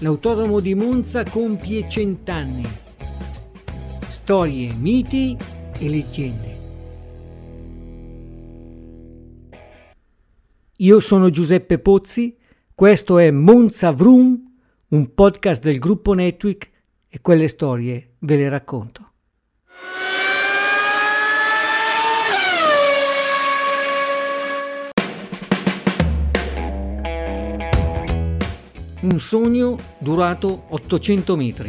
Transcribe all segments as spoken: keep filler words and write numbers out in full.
L'autodromo di Monza compie cent'anni. Storie, miti e leggende. Io sono Giuseppe Pozzi, questo è Monza Vroom, un podcast del gruppo Netweek e quelle storie ve le racconto. Un sogno durato ottocento metri.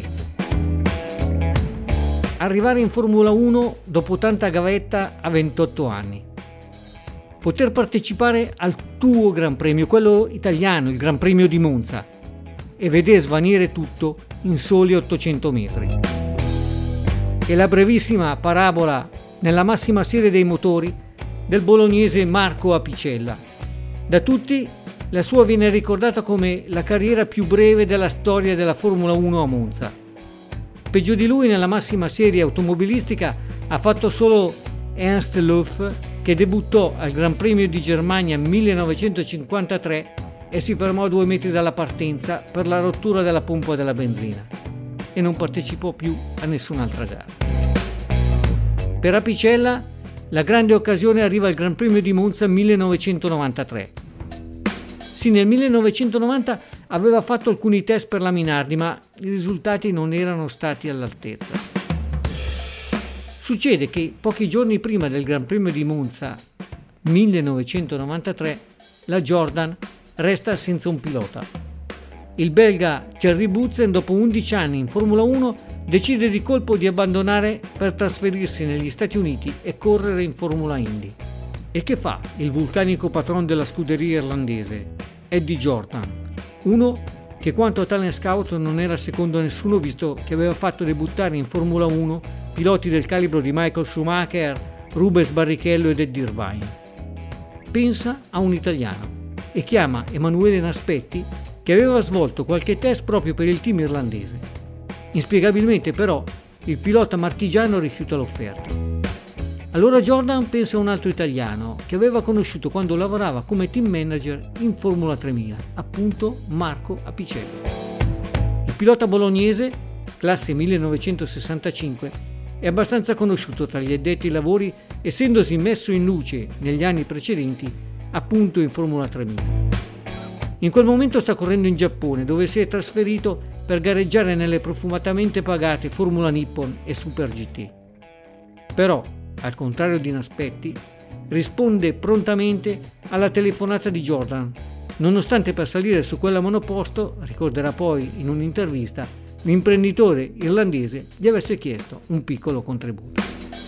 Arrivare in Formula uno dopo tanta gavetta a ventotto anni. Poter partecipare al tuo Gran Premio, quello italiano, il Gran Premio di Monza, e vedere svanire tutto in soli ottocento metri. E la brevissima parabola nella massima serie dei motori del bolognese Marco Apicella. Da tutti la sua viene ricordata come la carriera più breve della storia della Formula uno a Monza. Peggio di lui nella massima serie automobilistica ha fatto solo Ernst Löff, che debuttò al Gran Premio di Germania millenovecentocinquantatré e si fermò a due metri dalla partenza per la rottura della pompa della benzina e non partecipò più a nessun'altra gara. Per Apicella la grande occasione arriva al Gran Premio di Monza millenovecentonovantatré. Sì, nel millenovecentonovanta aveva fatto alcuni test per la Minardi, ma i risultati non erano stati all'altezza. Succede che pochi giorni prima del Gran Premio di Monza millenovecentonovantatré la Jordan resta senza un pilota. Il belga Thierry Boutsen, dopo undici anni in Formula uno, decide di colpo di abbandonare per trasferirsi negli Stati Uniti e correre in Formula Indy. E che fa il vulcanico patron della scuderia irlandese, Eddie Jordan, uno che quanto a talent scout non era secondo nessuno, visto che aveva fatto debuttare in Formula uno piloti del calibro di Michael Schumacher, Rubens Barrichello ed Eddie Irvine. Pensa a un italiano e chiama Emanuele Naspetti, che aveva svolto qualche test proprio per il team irlandese. Inspiegabilmente però il pilota marchigiano rifiuta l'offerta. Allora Jordan pensa a un altro italiano che aveva conosciuto quando lavorava come team manager in Formula tremila, appunto Marco Apicella. Il pilota bolognese, classe millenovecentosessantacinque, è abbastanza conosciuto tra gli addetti ai lavori, essendosi messo in luce negli anni precedenti appunto in Formula tremila. In quel momento sta correndo in Giappone, dove si è trasferito per gareggiare nelle profumatamente pagate Formula Nippon e Super G T. Però, al contrario di Naspetti, risponde prontamente alla telefonata di Jordan, nonostante per salire su quella monoposto, ricorderà poi in un'intervista, l'imprenditore irlandese gli avesse chiesto un piccolo contributo.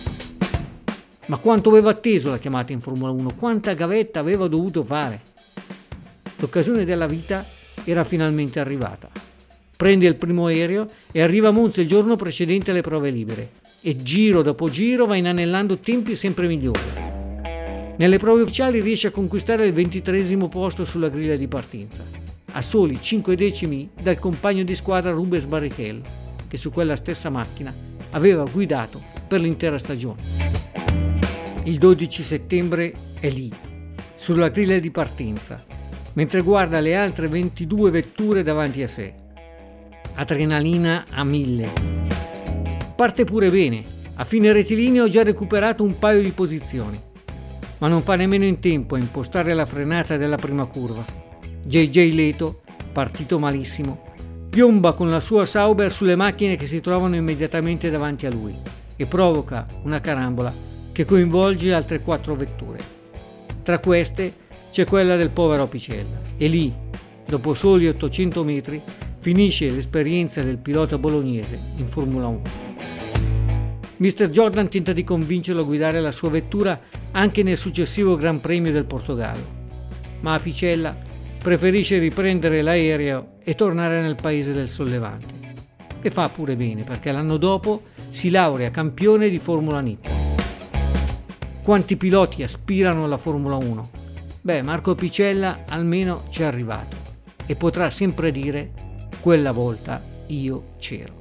Ma quanto aveva atteso la chiamata in Formula uno, quanta gavetta aveva dovuto fare? L'occasione della vita era finalmente arrivata. Prende il primo aereo e arriva a Monza il giorno precedente alle prove libere e giro dopo giro va inanellando tempi sempre migliori. Nelle prove ufficiali riesce a conquistare il ventitreesimo posto sulla griglia di partenza, a soli cinque decimi dal compagno di squadra Rubens Barrichello, che su quella stessa macchina aveva guidato per l'intera stagione. Il dodici settembre è lì, sulla griglia di partenza, mentre guarda le altre ventidue vetture davanti a sé. Adrenalina a mille. Parte pure bene, a fine rettilineo ho già recuperato un paio di posizioni, ma non fa nemmeno in tempo a impostare la frenata della prima curva. J J Leto, partito malissimo, piomba con la sua Sauber sulle macchine che si trovano immediatamente davanti a lui e provoca una carambola che coinvolge altre quattro vetture. Tra queste c'è quella del povero Apicella e lì, dopo soli ottocento metri, finisce l'esperienza del pilota bolognese in Formula uno. mister Jordan tenta di convincerlo a guidare la sua vettura anche nel successivo Gran Premio del Portogallo, ma Apicella preferisce riprendere l'aereo e tornare nel paese del sollevante. E fa pure bene, perché l'anno dopo si laurea campione di Formula Nippon. Quanti piloti aspirano alla Formula uno? Beh, Marco Apicella almeno ci è arrivato e potrà sempre dire: quella volta io c'ero.